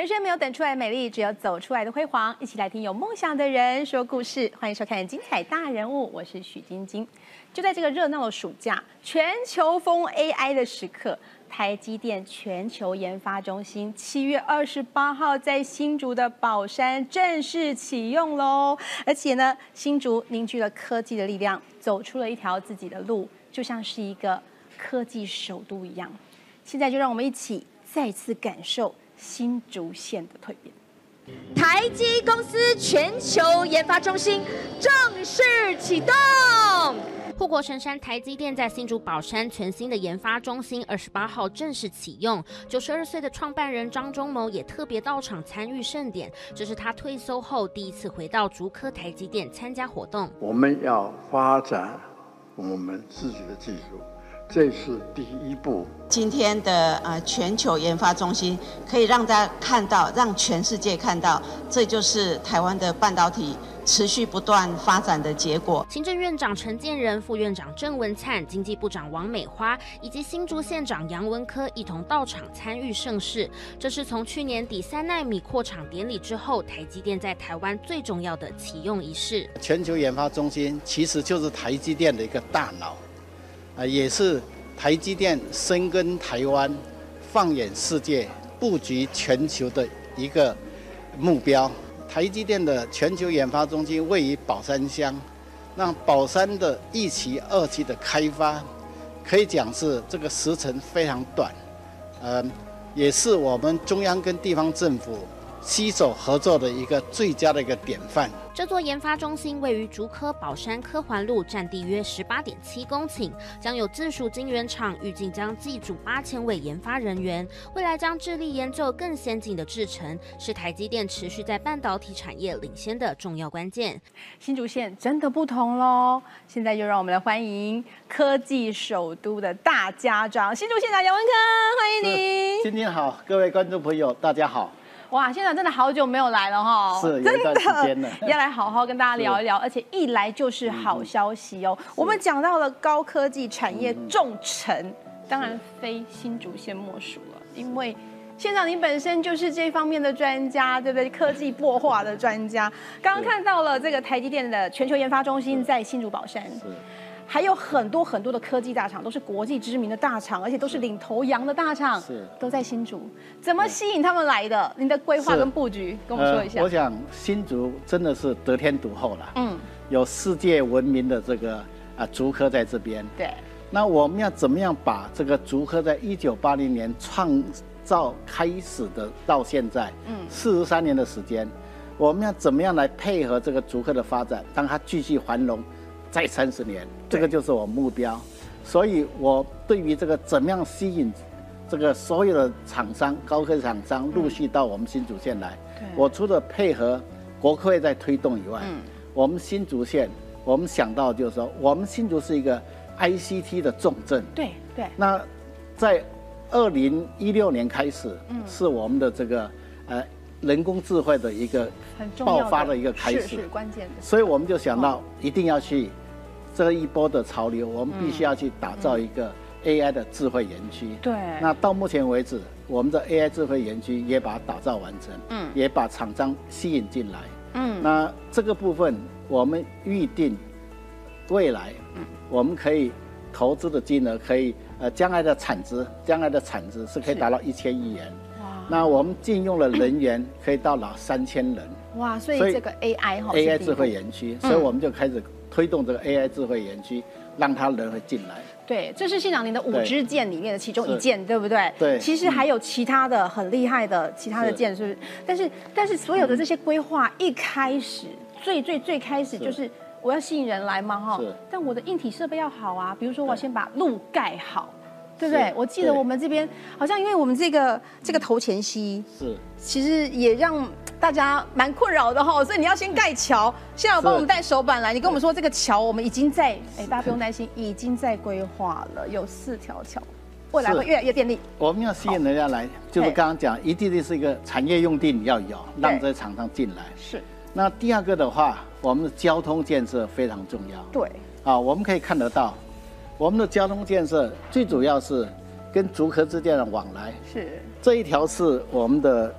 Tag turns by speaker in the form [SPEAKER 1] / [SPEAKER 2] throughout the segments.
[SPEAKER 1] 人生没有等出来的美丽，只有走出来的辉煌。一起来听有梦想的人说故事，欢迎收看《精彩大人物》，我是许晶晶。就在这个热闹的暑假，全球疯 AI 的时刻，台积电全球研发中心7月28号在新竹的宝山正式启用喽！而且呢，新竹凝聚了科技的力量，走出了一条自己的路，就像是一个科技首都一样。现在就让我们一起再次感受新竹县的蜕变。
[SPEAKER 2] 台积公司全球研发中心正式启动。
[SPEAKER 3] 护国神山台积电在新竹宝山全新的研发中心28号正式启用。92岁的创办人张忠谋也特别到场参与盛典，这是他退休后第一次回到竹科台积电参加活动。
[SPEAKER 4] 我们要发展我们自己的技术，这是第一步。
[SPEAKER 5] 今天的全球研发中心可以让大家看到，让全世界看到，这就是台湾的半导体持续不断发展的结果。
[SPEAKER 3] 行政院长陈建仁、副院长郑文灿、经济部长王美花以及新竹县长杨文科一同到场参与盛事。这是从去年底3奈米扩厂典礼之后，台积电在台湾最重要的启用仪式。
[SPEAKER 6] 全球研发中心其实就是台积电的一个大脑。也是台积电深耕台湾、放眼世界、布局全球的一个目标。台积电的全球研发中心位于宝山乡，那宝山的1期、2期的开发，可以讲是这个时程非常短，也是我们中央跟地方政府携手合作的一个最佳的一个典范。
[SPEAKER 3] 这座研发中心位于竹科宝山科环路，占地约18.7公顷，将有自属晶圆厂，预计将寄驻8000位研发人员，未来将致力研究更先进的制程，是台积电持续在半导体产业领先的重要关键。
[SPEAKER 1] 新竹县真的不同喽！现在就让我们来欢迎科技首都的大家长，新竹县长杨文科，欢迎您。
[SPEAKER 6] 今天好，各位观众朋友，大家好。
[SPEAKER 1] 哇，县长真的好久没有来了哈，
[SPEAKER 6] 是有一段时间了，
[SPEAKER 1] 要来好好跟大家聊一聊，而且一来就是好消息哦。我们讲到了高科技产业重镇，当然非新竹县莫属了，因为县长您本身就是这方面的专家，对不对？科技擘画的专家。刚刚看到了这个台积电的全球研发中心在新竹宝山。还有很多很多的科技大厂，都是国际知名的大厂，而且都是领头羊的大厂，都在新竹。怎么吸引他们来的？您的规划跟布局，跟我们说一下。
[SPEAKER 6] 我想新竹真的是得天独厚了，有世界闻名的这个竹科在这边。
[SPEAKER 1] 对。
[SPEAKER 6] 那我们要怎么样把这个竹科在1980年创造开始的到现在，43年的时间，我们要怎么样来配合这个竹科的发展，让它继续繁荣？再30年，这个就是我目标。所以我对于这个怎么样吸引这个所有的厂商、高科技厂商陆续到我们新竹县来，我除了配合国科会在推动以外，我们新竹县我们想到就是说，我们新竹是一个 ICT 的重镇。
[SPEAKER 1] 对。
[SPEAKER 6] 那在2016年开始，是我们的这个人工智慧的一个爆发的一个开始，
[SPEAKER 1] 是关键的。
[SPEAKER 6] 所以我们就想到一定要去这一波的潮流，我们必须要去打造一个 AI 的智慧园区。
[SPEAKER 1] 对。
[SPEAKER 6] 那到目前为止，我们的 AI 智慧园区也把它打造完成，也把厂商吸引进来。那这个部分我们预定未来，我们可以投资的金额可以将来的产值是可以达到1000亿元。那我们禁用了人员可以到达3000人。
[SPEAKER 1] 哇，所以这个
[SPEAKER 6] AI 智慧园区，所以我们就开始推动这个 AI 智慧园区，让它人会进来。
[SPEAKER 1] 对，这是县长您的5支箭里面的其中一件，对不对？
[SPEAKER 6] 对。
[SPEAKER 1] 其实还有其他的很厉害的其他的箭，是不是？但是所有的这些规划一开始最开始就是我要吸引人来嘛，哈。但我的硬体设备要好啊，比如说我要先把路盖好。对不对？我记得我们这边好像因为我们这个头前溪其实也让大家蛮困扰的哈，所以你要先盖桥。现在我帮我们带手板来，你跟我们说这个桥我们已经在，大家不用担心，已经在规划了，有4条桥，未来会越来越便利。我
[SPEAKER 6] 们要吸引人家来，就是刚刚讲，一定是一个产业用地你要有，让这些厂商进来。
[SPEAKER 1] 是。
[SPEAKER 6] 那第二个的话，我们的交通建设非常重要。
[SPEAKER 1] 对。
[SPEAKER 6] 我们可以看得到。我们的交通建设最主要是跟竹科之间的往来，
[SPEAKER 1] 是
[SPEAKER 6] 这一条是我们的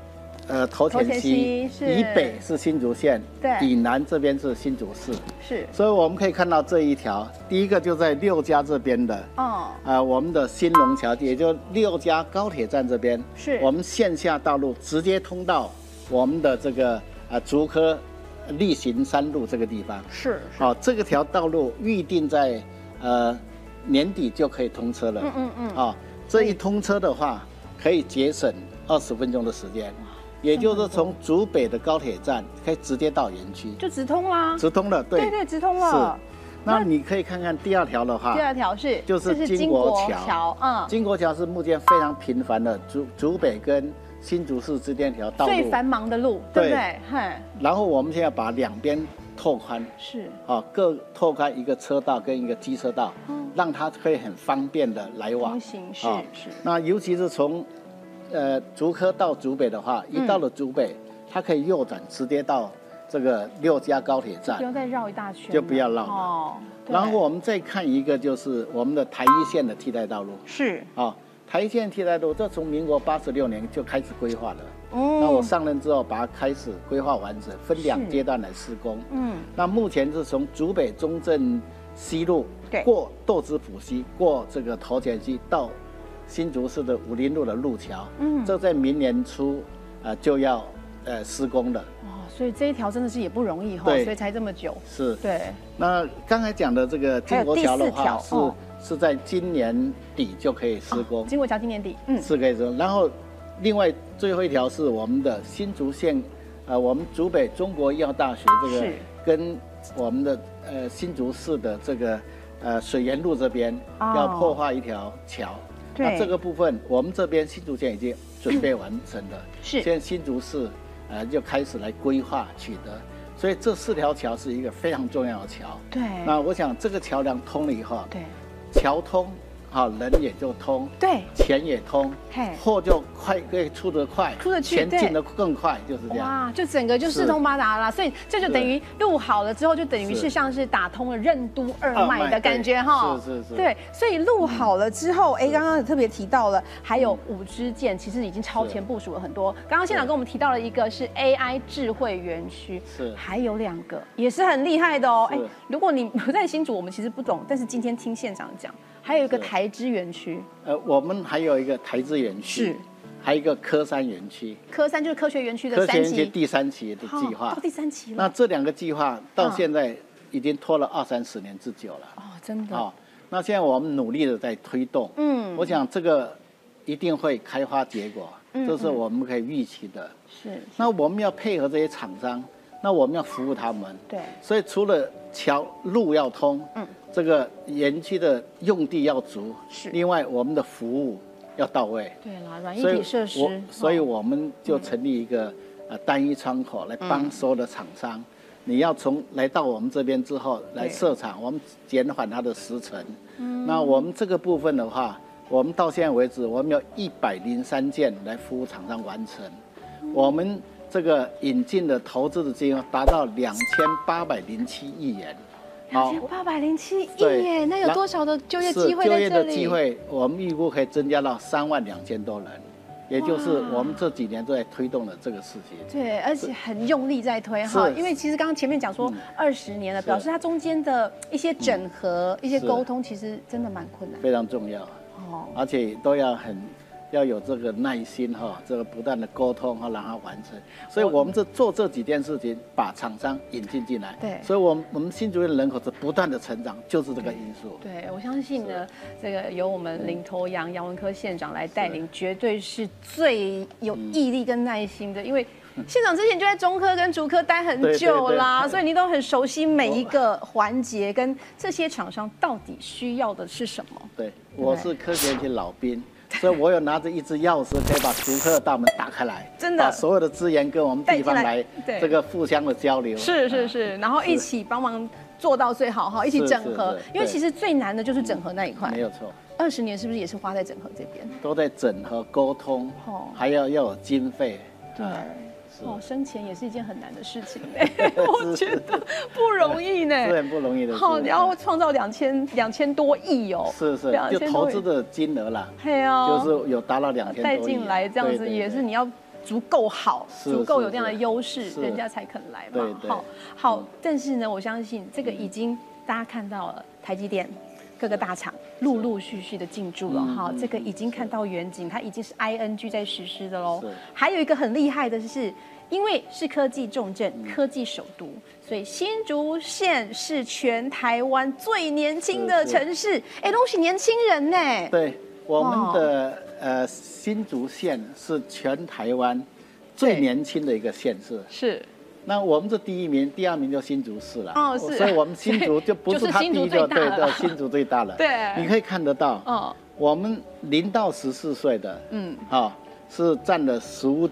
[SPEAKER 6] 头前溪
[SPEAKER 1] 是
[SPEAKER 6] 以北是新竹县，
[SPEAKER 1] 对
[SPEAKER 6] 以南这边是新竹市，
[SPEAKER 1] 是，
[SPEAKER 6] 所以我们可以看到这一条，第一个就在六家这边的，
[SPEAKER 1] 哦，
[SPEAKER 6] 我们的新龙桥，也就六家高铁站这边，
[SPEAKER 1] 是
[SPEAKER 6] 我们线下道路直接通到我们的这个竹科力行山路这个地方，
[SPEAKER 1] 是，
[SPEAKER 6] 好，这个条道路预定在年底就可以通车了，这一通车的话，可以节省20分钟的时间，也就是说从竹北的高铁站可以直接到园区，
[SPEAKER 1] 就直通啦，
[SPEAKER 6] 直通了，对
[SPEAKER 1] 对，直通了。
[SPEAKER 6] 是，那你可以看看第二条的话，
[SPEAKER 1] 第二条是
[SPEAKER 6] 就是金国桥，金国桥是目前非常频繁的竹北跟新竹市之间一条道路，
[SPEAKER 1] 最繁忙的路，对不对？
[SPEAKER 6] 然后我们现在把两边拓宽，
[SPEAKER 1] 是，
[SPEAKER 6] 各拓宽一个车道跟一个机车道，让它可以很方便的来往。
[SPEAKER 1] 通行是。
[SPEAKER 6] 那尤其是从竹科到竹北的话，一到了竹北，它可以右转直接到这个六家高铁站，
[SPEAKER 1] 不用再绕一大圈，
[SPEAKER 6] 就不要绕了。
[SPEAKER 1] 哦。
[SPEAKER 6] 然后我们再看一个，就是我们的台一线的替代道路。
[SPEAKER 1] 是。
[SPEAKER 6] 台一线替代路，这从民国86年就开始规划了。那我上任之后，把它开始规划完成，分2阶段来施工。那目前是从竹北中正西路过豆子埔溪，过这个头前溪到新竹市的武林路的路桥。这在明年初就要施工了。
[SPEAKER 1] 所以这一条真的是也不容易所以才这么久。
[SPEAKER 6] 是。
[SPEAKER 1] 对。
[SPEAKER 6] 那刚才讲的这个金国桥的话是在今年底就可以施工。
[SPEAKER 1] 金国桥今年底，
[SPEAKER 6] 是可以施工。然后另外最后一条是我们的新竹县，我们竹北中国医药大学这个跟我们的新竹市的这个水源路这边要破坏一条桥。那这个部分我们这边新竹县已经准备完成了，现在新竹市就开始来规划取得。所以这4条桥是一个非常重要的桥。
[SPEAKER 1] 对。
[SPEAKER 6] 那我想这个桥梁通了以后，
[SPEAKER 1] 对，
[SPEAKER 6] 桥通，人也就通，
[SPEAKER 1] 对，
[SPEAKER 6] 钱也通，货就快，可以出得快，
[SPEAKER 1] 出得去，
[SPEAKER 6] 钱进得更快，就是这样。
[SPEAKER 1] 哇，就整个就四通八达啦。所以这就等于路好了之后，就等于是像是打通了任督2脉的感觉哈。
[SPEAKER 6] 是。
[SPEAKER 1] 对，所以路好了之后，刚刚特别提到了，还有5支箭，其实已经超前部署了很多。刚刚县长跟我们提到了一个是 AI 智慧园区，
[SPEAKER 6] 是，
[SPEAKER 1] 还有2个也是很厉害的哦。如果你不在新竹，我们其实不懂，但是今天听县长讲。还有一个台资园区，
[SPEAKER 6] 我们还有一个台资园区，是，还有一个科3园区。
[SPEAKER 1] 科3就是科学园区的3期，
[SPEAKER 6] 科学园区第3期的计划，
[SPEAKER 1] 到第3期了。
[SPEAKER 6] 那这2个计划到现在已经拖了20-30年之久了。
[SPEAKER 1] 真的。
[SPEAKER 6] 那现在我们努力的在推动，我想这个一定会开花结果，这是我们可以预期的。
[SPEAKER 1] 是。
[SPEAKER 6] 那我们要配合这些厂商，那我们要服务他们。
[SPEAKER 1] 对。
[SPEAKER 6] 所以除了路要通，这个园区的用地要足，
[SPEAKER 1] 是。
[SPEAKER 6] 另外，我们的服务要到位。
[SPEAKER 1] 对啦，软硬体设施。
[SPEAKER 6] 所以我们就成立一个单一窗口来帮所有的厂商。你要来到我们这边之后来设厂，我们减缓它的时程。那我们这个部分的话，我们到现在为止，我们有103件来服务厂商完成。我们这个引进的投资的金额达到2807亿元。
[SPEAKER 1] 2807亿耶，那有多少的就业机会在这里？
[SPEAKER 6] 就业的机会，我们预估可以增加到32000多人，也就是我们这几年都在推动的这个事情。
[SPEAKER 1] 对，而且很用力在推哈，因为其实刚刚前面讲说20年了，表示它中间的一些整合、一些沟通，其实真的蛮困难，
[SPEAKER 6] 非常重要。而且都要有这个耐心这个不断的沟通让它完成。所以我们做这几件事情，把厂商引进来。
[SPEAKER 1] 对，
[SPEAKER 6] 所以我们新竹县的人口是不断的成长，就是这个因素。
[SPEAKER 1] 对，我相信呢，这个由我们领头羊杨文科县长来带领，绝对是最有毅力跟耐心的，因为县长之前就在中科跟竹科待很久啦，所以你都很熟悉每一个环节跟这些厂商到底需要的是什么。
[SPEAKER 6] 对，我是科学园区老兵。所以我有拿着一支钥匙，可以把竹科的大门打开来，
[SPEAKER 1] 真的把
[SPEAKER 6] 所有的资源跟我们地方来这个互相的交流，
[SPEAKER 1] 是，然后一起帮忙做到最好一起整合，因为其实最难的就是整合那一块，
[SPEAKER 6] 没有错。
[SPEAKER 1] 20年是不是也是花在整合这边？
[SPEAKER 6] 都在整合沟通，还要有经费，
[SPEAKER 1] 对。生钱也是一件很难的事情我觉得不容易呢，
[SPEAKER 6] 是很不容易的。
[SPEAKER 1] 你要创造2000多亿哦，
[SPEAKER 6] 是，就投资的金额啦，
[SPEAKER 1] 对啊，
[SPEAKER 6] 就是有达到2000多亿
[SPEAKER 1] 带进来这样子，也是你要足够好，足够有这样的
[SPEAKER 6] 是
[SPEAKER 1] 优势，
[SPEAKER 6] 是
[SPEAKER 1] 人家才肯来嘛。
[SPEAKER 6] 对对
[SPEAKER 1] 好，但是呢，我相信这个已经大家看到了，台积电各个大厂陆陆续续的进驻了哈，这个已经看到远景，它已经是 ING 在实施的喽。还有一个很厉害的是，因为是科技重镇、科技首都，所以新竹县是全台湾最年轻的城市。哎，都是年轻人呢。
[SPEAKER 6] 对，我们的新竹县是全台湾最年轻的一个县市。
[SPEAKER 1] 是。
[SPEAKER 6] 那我们是第1名，第2名就新竹市了。
[SPEAKER 1] 哦，是。
[SPEAKER 6] 所以我们新竹就不是它第一个，对，新竹最大了。
[SPEAKER 1] 对。
[SPEAKER 6] 你可以看得到，我们0到14岁的，是占了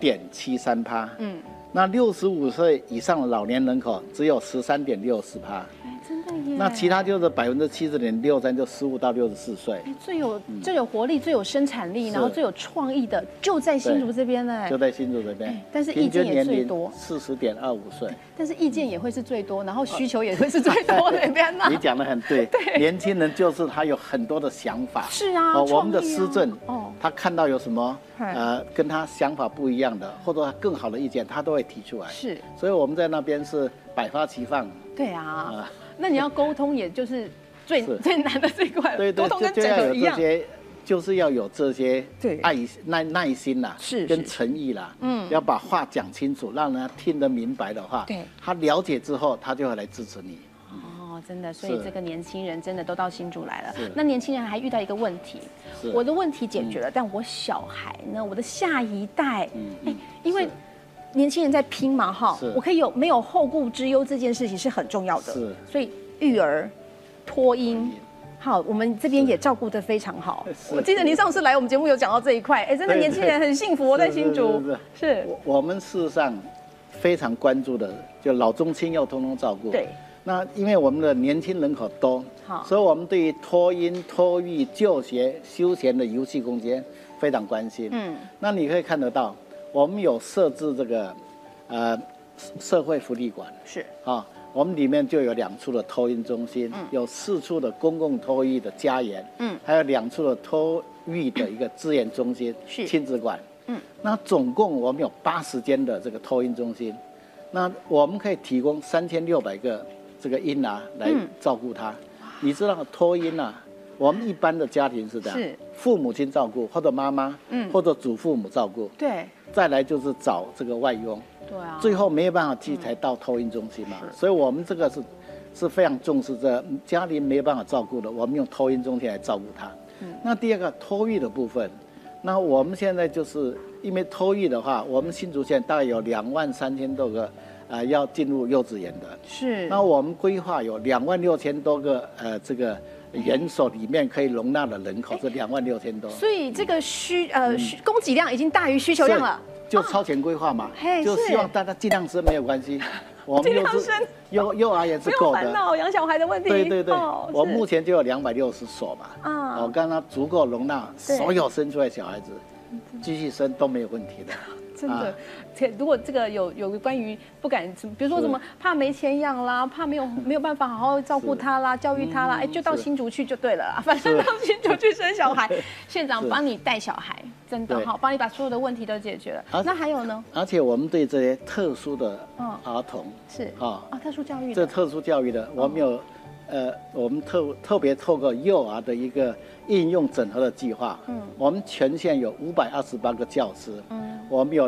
[SPEAKER 6] 15.73%。那65岁以上的老年人口只有13.64%。
[SPEAKER 1] 真的耶！
[SPEAKER 6] 那其他就是70.63%，就15到64岁。
[SPEAKER 1] 最有活力、最有生产力，然后最有创意的，就在新竹这边呢。
[SPEAKER 6] 就在新竹这边，
[SPEAKER 1] 但是意见也最多
[SPEAKER 6] ，40.25岁。
[SPEAKER 1] 但是意见也会是最多，然后需求也会是最多的，边呢。
[SPEAKER 6] 你讲得很对，年轻人就是他有很多的想法。
[SPEAKER 1] 是啊，
[SPEAKER 6] 我们的施政，他看到有什么跟他想法不一样的，或者更好的意见，他都会提出来。
[SPEAKER 1] 是，
[SPEAKER 6] 所以我们在那边是百花齐放。
[SPEAKER 1] 对啊。那你要沟通，也就是最难的这一块，沟通跟整合一样，
[SPEAKER 6] 就是要有这些耐心啦，
[SPEAKER 1] 是
[SPEAKER 6] 跟诚意啦，要把话讲清楚，让人家听得明白的话，
[SPEAKER 1] 对，
[SPEAKER 6] 他了解之后，他就会来支持你。
[SPEAKER 1] 哦，真的，所以这个年轻人真的都到新竹来了。那年轻人还遇到一个问题，我的问题解决了，但我小孩呢，我的下一代，因为年轻人在拼嘛哈，我可以没有后顾之忧，这件事情是很重要的。
[SPEAKER 6] 是，
[SPEAKER 1] 所以育儿、托婴，好，我们这边也照顾得非常好。我记得您上次来我们节目有讲到这一块，真的年轻人很幸福，在新竹。是，
[SPEAKER 6] 我们事实上非常关注的，就老中青幼通通照顾。
[SPEAKER 1] 对。
[SPEAKER 6] 那因为我们的年轻人口多，所以我们对于托婴、托育、就学、休闲的游戏空间非常关心。那你可以看得到。我们有设置这个，社会福利馆
[SPEAKER 1] 是
[SPEAKER 6] 我们里面就有2处的托婴中心，有4处的公共托育的家园，还有2处的托育的一个资源中心，亲子馆，那总共我们有80间的这个托婴中心，那我们可以提供3600个这个婴儿来照顾他。你知道托婴我们一般的家庭是这样，父母亲照顾，或者妈妈，或者祖父母照顾，
[SPEAKER 1] 对。
[SPEAKER 6] 再来就是找这个外佣，
[SPEAKER 1] 对啊，
[SPEAKER 6] 最后没有办法去才到托婴中心嘛，所以我们这个是非常重视这家里没有办法照顾的，我们用托婴中心来照顾他。那第2个托育的部分，那我们现在就是因为托育的话，我们新竹县大概有23000多个要进入幼稚园的，
[SPEAKER 1] 是。
[SPEAKER 6] 那我们规划有26000多个这个。园所里面可以容纳的人口是26000多，
[SPEAKER 1] 所以这个供给量已经大于需求量了，
[SPEAKER 6] 就超前规划嘛，就希望大家尽量生没有关系，我们幼儿园是够的，
[SPEAKER 1] 不用烦恼养小孩的问题。
[SPEAKER 6] 对，我目前就有260所嘛，我刚刚足够容纳所有生出来小孩子，继续生都没有问题的。
[SPEAKER 1] 真的，如果这个有关于不敢，比如说什么怕没钱养啦，怕没有办法好好照顾他啦、教育他啦，就到新竹去就对了，反正到新竹去生小孩，县长帮你带小孩，真的好，帮你把所有的问题都解决了。那还有呢？
[SPEAKER 6] 而且我们对这些特殊的儿童
[SPEAKER 1] 是特殊教育的，
[SPEAKER 6] 这特殊教育的，我们有我们特别透过幼儿的一个应用整合的计划，我们全县有528个教师，我们有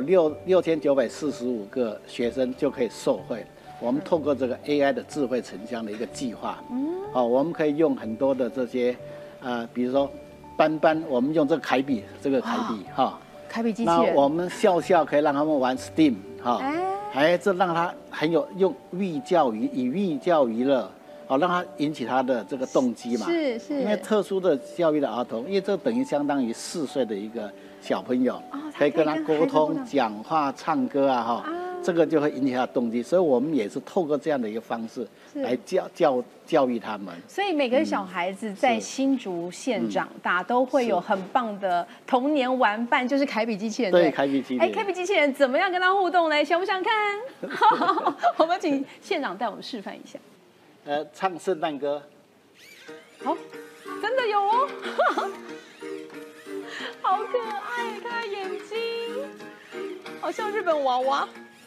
[SPEAKER 6] 6945个学生就可以受惠。我们透过这个 AI 的智慧城乡的一个计划，我们可以用很多的这些比如说班，我们用这个凯比
[SPEAKER 1] 凯比机器人，
[SPEAKER 6] 那我们校可以让他们玩 STEAM 这让他很有用寓教于乐。让他引起他的这个动机嘛，
[SPEAKER 1] 是，
[SPEAKER 6] 因为特殊的教育的儿童，因为这等于相当于4岁的一个小朋友，可以跟他沟通、讲话、唱歌这个就会引起他的动机，所以我们也是透过这样的一个方式来教育他们。
[SPEAKER 1] 所以每个小孩子在新竹县长大都会有很棒的童年玩伴，就是凯比机器人。
[SPEAKER 6] 对，凯比机器人。
[SPEAKER 1] 凯比机器人怎么样跟他互动呢？想不想看？我们请县长带我们示范一下。
[SPEAKER 6] 唱圣诞歌，
[SPEAKER 1] 好，真的有哦，好可爱，看他眼睛， 好像日本娃娃。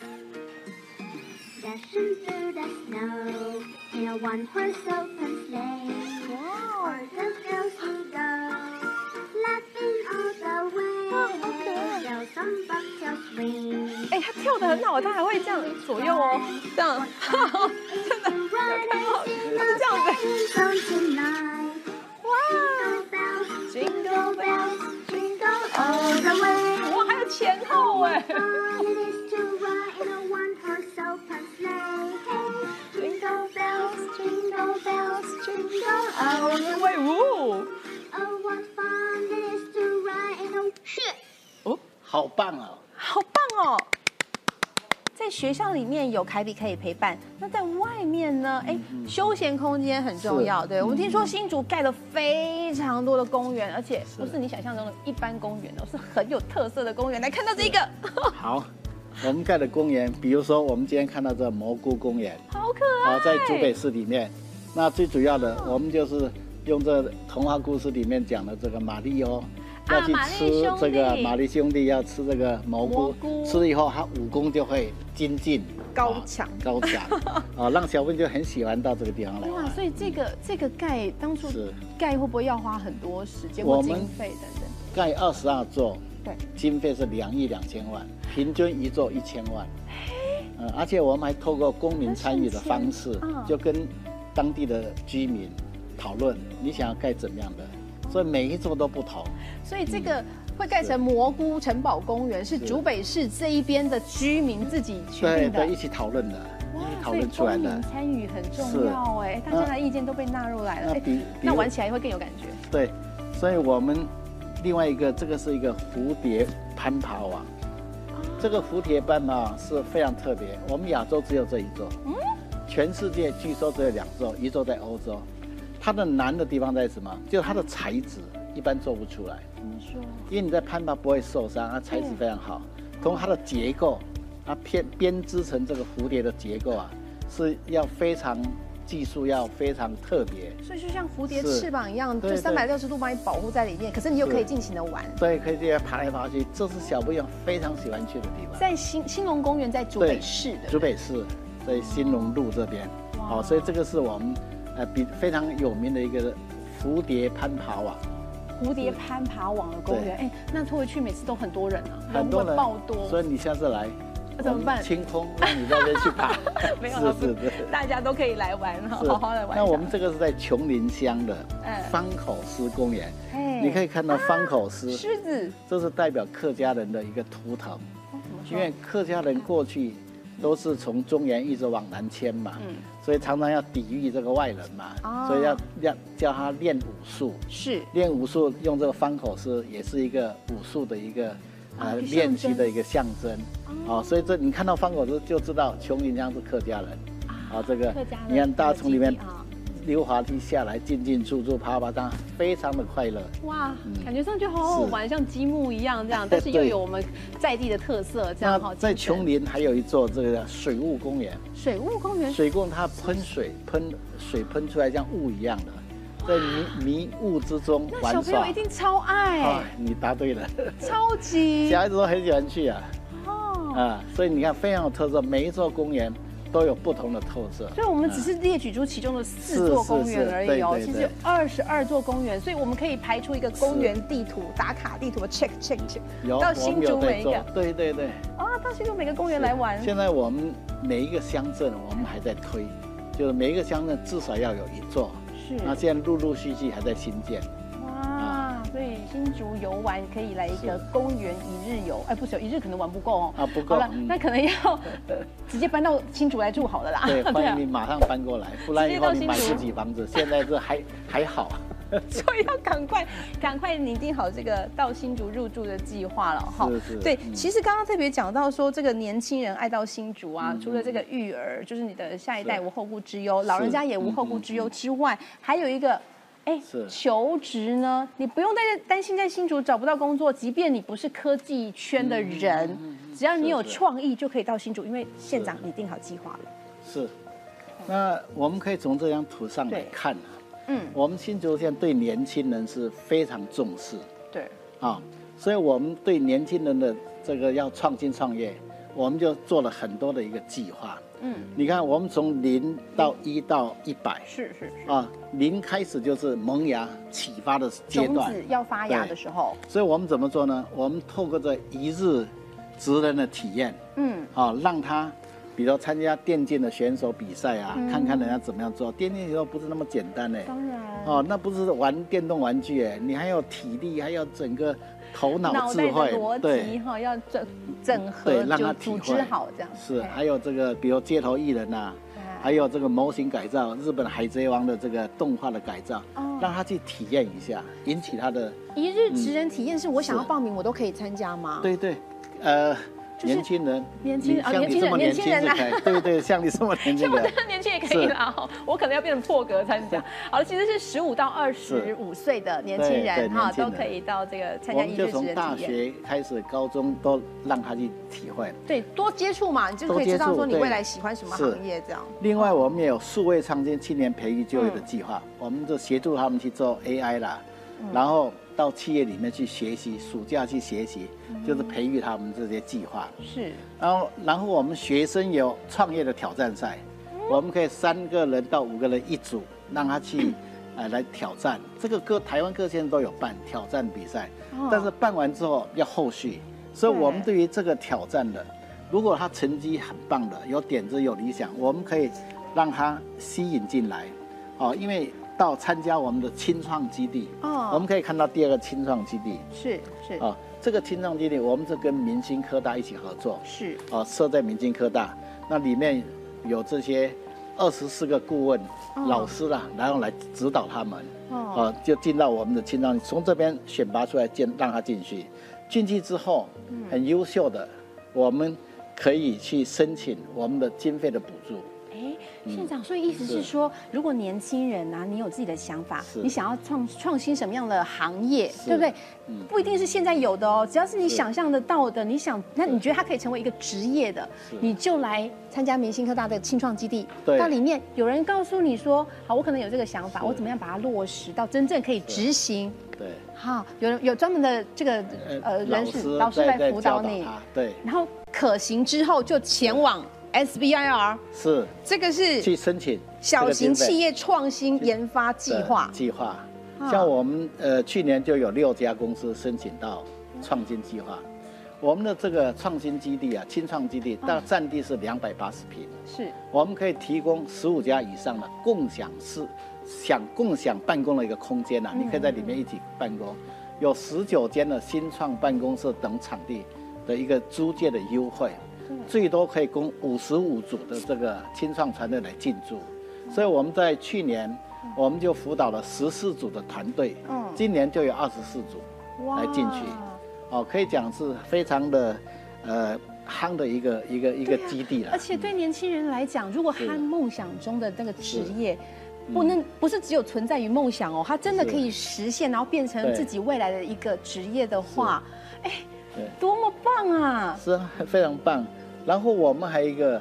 [SPEAKER 7] Dashing through the snow in a one-horse open sleigh.
[SPEAKER 1] Wow.
[SPEAKER 7] O'er the hills we go, laughing all the way. Bells on bobtails ring.
[SPEAKER 1] 哎，他跳得很好，他还会这样左右哦，这样，真的有看到，他是这样子。
[SPEAKER 7] Tonight,
[SPEAKER 1] 哇
[SPEAKER 7] jingle bells, jingle all the way.
[SPEAKER 1] 哇，还有前后哎。
[SPEAKER 7] Fun it is to ride in a one-horse open sleigh. Jingle bells, jingle bells, jingle all the way.
[SPEAKER 1] 喂呜，
[SPEAKER 7] Oh, what fun it is to ride in a
[SPEAKER 1] 哦，
[SPEAKER 6] 好棒哦！
[SPEAKER 1] 好棒哦！在学校里面有凯比可以陪伴，那在外面呢？哎，休闲空间很重要。对，我们听说新竹盖了非常多的公园，而且不是你想象中的一般公园哦，是很有特色的公园。来看到这个，
[SPEAKER 6] 好，我们盖的公园，比如说我们今天看到这蘑菇公园，
[SPEAKER 1] 好可爱。
[SPEAKER 6] 在竹北市里面，那最主要的，我们就是用这童话故事里面讲的这个马里欧。 要去吃这个玛丽兄弟要吃这个蘑菇，吃了以后他武功就会精进
[SPEAKER 1] 高强，
[SPEAKER 6] 让小朋友就很喜欢到这个地方来玩。
[SPEAKER 1] 哇，所以这个盖当初盖会不会要花很多时间或经费等等？
[SPEAKER 6] 盖22座，
[SPEAKER 1] 对，
[SPEAKER 6] 经费是2亿2千万，平均一座1000万。而且我们还透过公民参与的方式，就跟当地的居民讨论你想要盖怎么样的。 所以每一座都不同，
[SPEAKER 1] 所以这个会盖成蘑菇城堡公园，是竹北市这一边的居民自己决定的，
[SPEAKER 6] 对，一起讨论的，一起讨论出来的。
[SPEAKER 1] 公民参与很重要哎，大家的意见都被纳入来了，那玩起来会更有感觉。
[SPEAKER 6] 对，所以我们另外一个这个是一个蝴蝶攀爬网，这个蝴蝶攀爬网是非常特别，我们亚洲只有这一座，全世界据说只有2座，一座在欧洲。 它的难的地方在什么？就是它的材质一般做不出来。
[SPEAKER 1] 怎么说？
[SPEAKER 6] 因为你在攀爬不会受伤，它材质非常好。同时它的结构，它编织成这个蝴蝶的结构啊，是要非常技术要非常特别。
[SPEAKER 1] 所以就像蝴蝶翅膀一样，就360度帮你保护在里面，可是你又可以尽情的玩。
[SPEAKER 6] 对，可以这样爬来爬去，这是小朋友非常喜欢去的地方。
[SPEAKER 1] 在兴隆公园在竹北市的。
[SPEAKER 6] 竹北市在兴隆路这边。好，所以这个是我们。 非常有名的一个蝴蝶攀爬网，
[SPEAKER 1] 蝴蝶攀爬网的公园，哎，那拖回去每次都很多人啊，
[SPEAKER 6] 很多人
[SPEAKER 1] 爆多，
[SPEAKER 6] 所以你下次来
[SPEAKER 1] 怎么办？
[SPEAKER 6] 清空，让你在那边去爬，
[SPEAKER 1] 没有，是，大家都可以来玩，好好的玩。
[SPEAKER 6] 那我们这个是在琼林乡的方口狮公园，你可以看到方口狮，
[SPEAKER 1] 狮子，
[SPEAKER 6] 这是代表客家人的一个图腾，因为客家人过去。 都是从中原一直往南迁嘛，所以常常要抵御这个外人嘛，所以要叫他练武术，
[SPEAKER 1] 是
[SPEAKER 6] 练武术用这个方口狮也是一个武术的一个练习的一个象征，所以这你看到方口狮就知道琼林乡是客家人，这个你看大家从里面溜滑梯下来，进出出爬爬山，非常的快乐。
[SPEAKER 1] 哇，感觉上去好好玩，像积木一样这样，但是又有我们在地的特色，这样好。
[SPEAKER 6] 在琼林还有一座这个水雾公园。
[SPEAKER 1] 水雾公园。
[SPEAKER 6] 水公它喷喷出来像雾一样的，在迷雾之中玩耍。
[SPEAKER 1] 那小朋友一定超爱。
[SPEAKER 6] 你答对了。
[SPEAKER 1] 超级。
[SPEAKER 6] 小孩子都很喜欢去啊。所以你看非常有特色，每一座公园。 都有不同的特色，
[SPEAKER 1] 所以我们只是列举出其中的4座公园而已哦。其实22座公园，所以我们可以排出一个公园地图、打卡地图 ，check。到新竹每一个，
[SPEAKER 6] 对。
[SPEAKER 1] 到新竹每个公园来玩。
[SPEAKER 6] 现在我们每一个乡镇，我们还在推，就是每一个乡镇至少要有1座。
[SPEAKER 1] 是。
[SPEAKER 6] 那现在陆陆续续还在新建。
[SPEAKER 1] 所以新竹游玩可以来一个公园1日游，不是1日可能玩不够哦。
[SPEAKER 6] 不够。
[SPEAKER 1] 好了，那可能要直接搬到新竹来住好了啦。
[SPEAKER 6] 对，欢迎你马上搬过来，不然以后你买不起房子。现在这还好。
[SPEAKER 1] 所以要赶快拟定好这个到新竹入住的计划了哈。
[SPEAKER 6] 是。
[SPEAKER 1] 对，其实刚刚特别讲到说，这个年轻人爱到新竹啊，除了这个育儿，就是你的下一代无后顾之忧，老人家也无后顾之忧之外，还有一个。 求职呢，你不用担心在新竹找不到工作，即便你不是科技圈的人，只要你有创意就可以到新竹，因为县长拟定好计划了。
[SPEAKER 6] 是，那我们可以从这张图上来看啊，我们新竹县对年轻人是非常重视，
[SPEAKER 1] 对，
[SPEAKER 6] 所以我们对年轻人的这个要创新创业，我们就做了很多的一个计划。你看，我们从0到1到100，
[SPEAKER 1] 是
[SPEAKER 6] 啊，0开始就是萌芽启发的阶段，
[SPEAKER 1] 种子要发芽的时候，
[SPEAKER 6] 所以我们怎么做呢？我们透过这一日职人的体验，让他，比如参加电竞的选手比赛啊，看看人家怎么样做。电竞选手不是那么简单呢，
[SPEAKER 1] 当然，
[SPEAKER 6] 那不是玩电动玩具哎，你还有体力，还有整个头脑智
[SPEAKER 1] 袋
[SPEAKER 6] 慧，
[SPEAKER 1] 的逻辑哈，要整合，
[SPEAKER 6] 对，让他
[SPEAKER 1] 组织好这样。
[SPEAKER 6] 是，还有这个，比如街头艺人呐，还有这个模型改造，日本海贼王的这个动画的改造，让他去体验一下，引起他的
[SPEAKER 1] 一日职人体验是我想要报名，我都可以参加吗？
[SPEAKER 6] 对对，年轻人，
[SPEAKER 1] 像你这么年轻人
[SPEAKER 6] 就可以，对对，像你这么年轻人，
[SPEAKER 1] 年轻也可以啦。我可能要变成破格参加。好了，其实是15到25岁的年轻人哈，都可以到这个参加一日职人体验。
[SPEAKER 6] 我们就从大学开始，高中都让他去体会。
[SPEAKER 1] 对，多接触嘛，你就可以知道说你未来喜欢什么行业这样。
[SPEAKER 6] 另外，我们也有数位创新青年培育就业的计划，我们就协助他们去做 AI 啦，然后到企业里面去学习，暑假去学习，就是培育他们这些计划。是。然后我们学生有创业的挑战赛，我们可以3个人到5个人一组，让他去来挑战。这个台湾各县都有办挑战比赛，但是办完之后要后续，所以我们对于这个挑战的，如果他成绩很棒的，有点子有理想，我们可以让他吸引进来，因为到参加我们的青创基地，我们可以看到第2个青创基地是这个青创基地，我们是跟明星科大一起合作，设在明星科大，那里面有这些24个顾问老师啦，然后来指导他们，就进到我们的青创，从这边选拔出来让他进去，进去之后很优秀的，我们可以去申请我们的经费的补助。
[SPEAKER 1] 县长，所以意思是说，如果年轻人啊，你有自己的想法，你想要创新什么样的行业，对不对？不一定是现在有的哦，只要是你想象得到的，那你觉得它可以成为一个职业的，你就来参加明星科大的青创基地。到里面有人告诉你说，好，我可能有这个想法，我怎么样把它落实到真正可以执行？对，好，有专门的这个老师来辅导你，对，然后可行之后就前往。SBIR 是这个是
[SPEAKER 6] 去申请
[SPEAKER 1] 小型企业创新研发计划。
[SPEAKER 6] 像我们去年就有6家公司申请到创新计划。我们的这个创新基地啊，青创基地，大占地是280坪，是我们可以提供15家以上的共享办公的一个空间呐，你可以在里面一起办公，有19间的新创办公室等场地的一个租借的优惠。最多可以供55组的这个青创团队来进驻，所以我们在去年我们就辅导了14组的团队，今年就有24组来进去，可以讲是非常的夯的一个基地了。
[SPEAKER 1] 而且对年轻人来讲，如果他梦想中的那个职业，不是只有存在于梦想哦，他真的可以实现，然后变成自己未来的一个职业的话，多么棒啊！是啊，
[SPEAKER 6] 非常棒。然后我们还有一个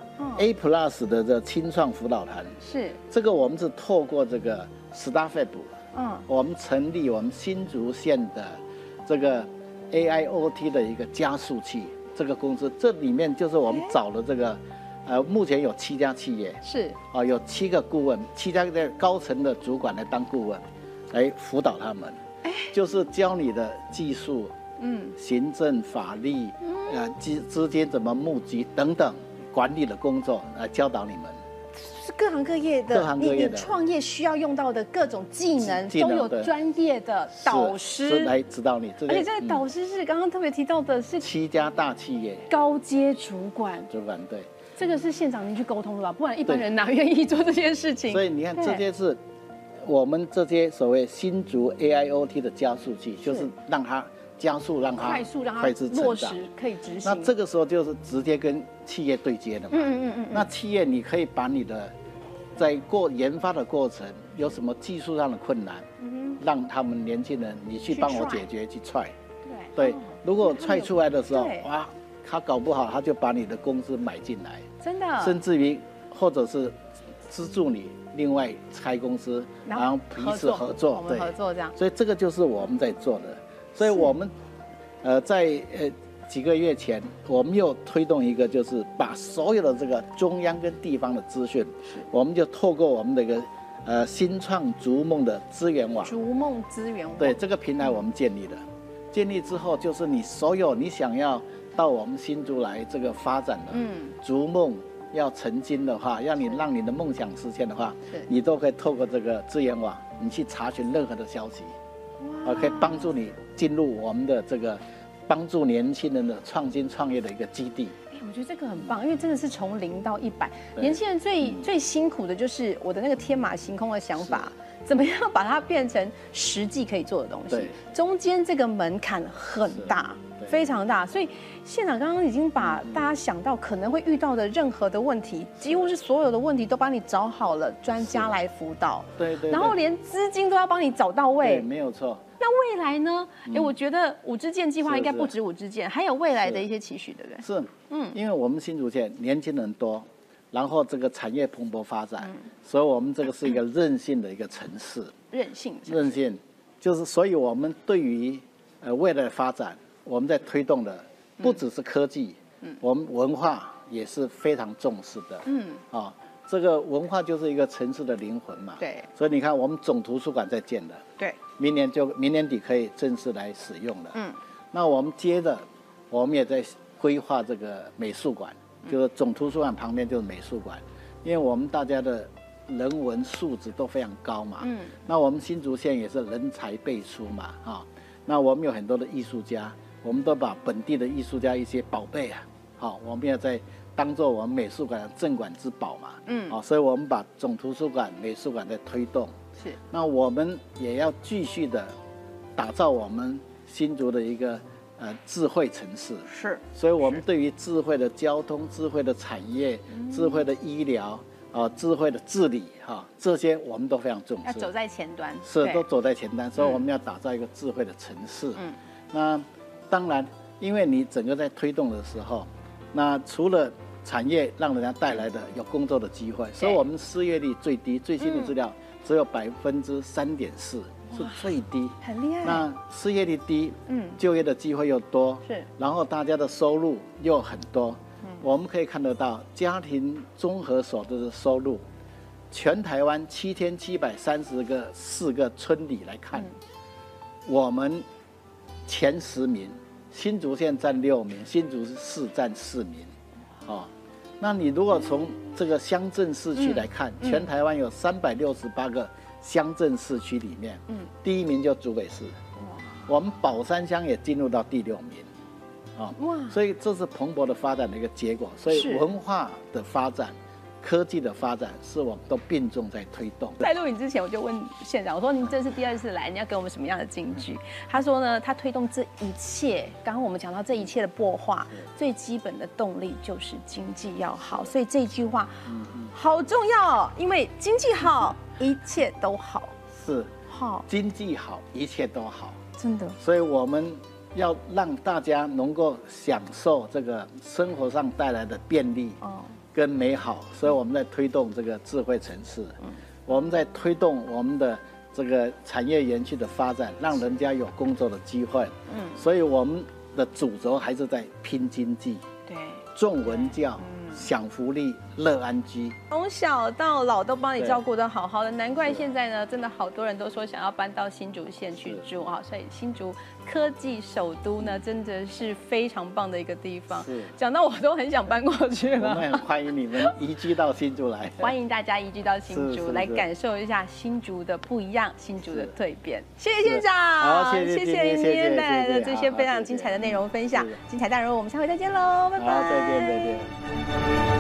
[SPEAKER 6] A+ 的这青创辅导团，是这个我们是透过这个 StarFab，我们成立我们新竹县的这个 AIoT 的一个加速器这个公司，这里面就是我们找了这个目前有7家企业，是有7个顾问，7家的高层的主管来当顾问，来辅导他们，就是教你的技术。行政、法律，资金怎么募集等等管理的工作来教导你们，
[SPEAKER 1] 是各行各业的，你创业需要用到的各种技能都有专业的导师
[SPEAKER 6] 来指导你。
[SPEAKER 1] 而且这个导师是刚刚特别提到的是
[SPEAKER 6] 7家大企业
[SPEAKER 1] 高阶主管，对，这个是县长您去沟通的吧？不然一般人哪愿意做这件事情？
[SPEAKER 6] 所以你看，这些是我们这些所谓新竹 AIoT 的加速器，就是让它。加速让它
[SPEAKER 1] 快速落实，可以执行。
[SPEAKER 6] 那这个时候就是直接跟企业对接的嘛。那企业你可以把你的在研发的过程有什么技术上的困难，让他们年轻人你去帮我解决，去踹。对，如果踹出来的时候，哇，他搞不好他就把你的公司买进来，真的，甚至于或者是资助你另外开公司，然后彼此合作，
[SPEAKER 1] 对，合作这样。
[SPEAKER 6] 所以这个就是我们在做的。所以我们，在几个月前，我们又推动一个，就是把所有的这个中央跟地方的资讯，我们就透过我们的一个新创逐梦的资源网，
[SPEAKER 1] 逐梦资源网，
[SPEAKER 6] 对这个平台我们建立了。建立之后，就是你所有你想要到我们新竹来这个发展的，逐梦要成金的话，让你的梦想实现的话，你都可以透过这个资源网，你去查询任何的消息，可以帮助你进入我们的这个帮助年轻人的创新创业的一个基地。
[SPEAKER 1] 我觉得这个很棒，因为真的是从0到100，年轻人最辛苦的就是我的那个天马行空的想法，怎么样把它变成实际可以做的东西？中间这个门槛很大，非常大，所以县长刚刚已经把大家想到可能会遇到的任何的问题，几乎是所有的问题都帮你找好了，专家来辅导，
[SPEAKER 6] 对，
[SPEAKER 1] 然后连资金都要帮你找到位，
[SPEAKER 6] 对，没有错。
[SPEAKER 1] 那未来呢？我觉得5支箭计划应该不止5支箭，还有未来的一些期许，对不对？
[SPEAKER 6] 是，因为我们新竹县年轻人多，然后这个产业蓬勃发展，所以我们这个是一个韧性的一个城市。韧性就是，所以我们对于未来的发展，我们在推动的不只是科技，我们文化也是非常重视的。这个文化就是一个城市的灵魂嘛。对。所以你看，我们总图书馆在建的，对，明年底可以正式来使用了。那我们接着，我们也在规划这个美术馆，就是总图书馆旁边就是美术馆，因为我们大家的人文素质都非常高嘛。那我们新竹县也是人才辈出嘛，那我们有很多的艺术家，我们都把本地的艺术家一些宝贝我们要在当做我们美术馆的镇馆之宝嘛。所以我们把总图书馆、美术馆在推动。是。那我们也要继续的打造我们新竹的一个智慧城市。是。所以我们对于智慧的交通、智慧的产业、智慧的医疗、智慧的治理这些我们都非常重视。要
[SPEAKER 1] 走在前端。
[SPEAKER 6] 是，都走在前端。所以我们要打造一个智慧的城市。那当然，因为你整个在推动的时候，那除了产业让人家带来的有工作的机会，所以我们失业率最低，最新的资料只有3.4%，是最低，很厉害。那失业率低，就业的机会又多，是，然后大家的收入又很多，我们可以看得到家庭综合所得的收入，全台湾7734个村里来看，我们前10名。新竹县占6名，新竹市占4名，那你如果从这个乡镇市区来看，全台湾有368个乡镇市区里面，第1名就竹北市，我们宝山乡也进入到第6名，所以这是蓬勃的发展的一个结果。所以文化的发展、科技的发展是我们都并重在推动。
[SPEAKER 1] 在录影之前，我就问县长，我说您这是第2次来，你要给我们什么样的金句？他说呢，他推动这一切，刚刚我们讲到这一切的擘画，最基本的动力就是经济要好，所以这句话好重要，因为经济好，一切都好。是，好，经济好，一切都好，真的。所以我们要让大家能够享受这个生活上带来的便利。跟美好，所以我们在推动这个智慧城市，我们在推动我们的这个产业园区的发展，让人家有工作的机会。所以我们的主轴还是在拼经济，对，重文教，享福利，乐安居，从小到老都帮你照顾得好好的，难怪现在呢，真的好多人都说想要搬到新竹县去住所以新竹科技首都呢，真的是非常棒的一个地方。讲到我都很想搬过去了。我们很欢迎你们移居到新竹来，欢迎大家移居到新竹来感受一下新竹的不一样，新竹的蜕变。谢谢县长，好，谢谢您今天带来的这些非常精彩的内容分享。精彩大人物，我们下回再见喽，拜拜。好，再见。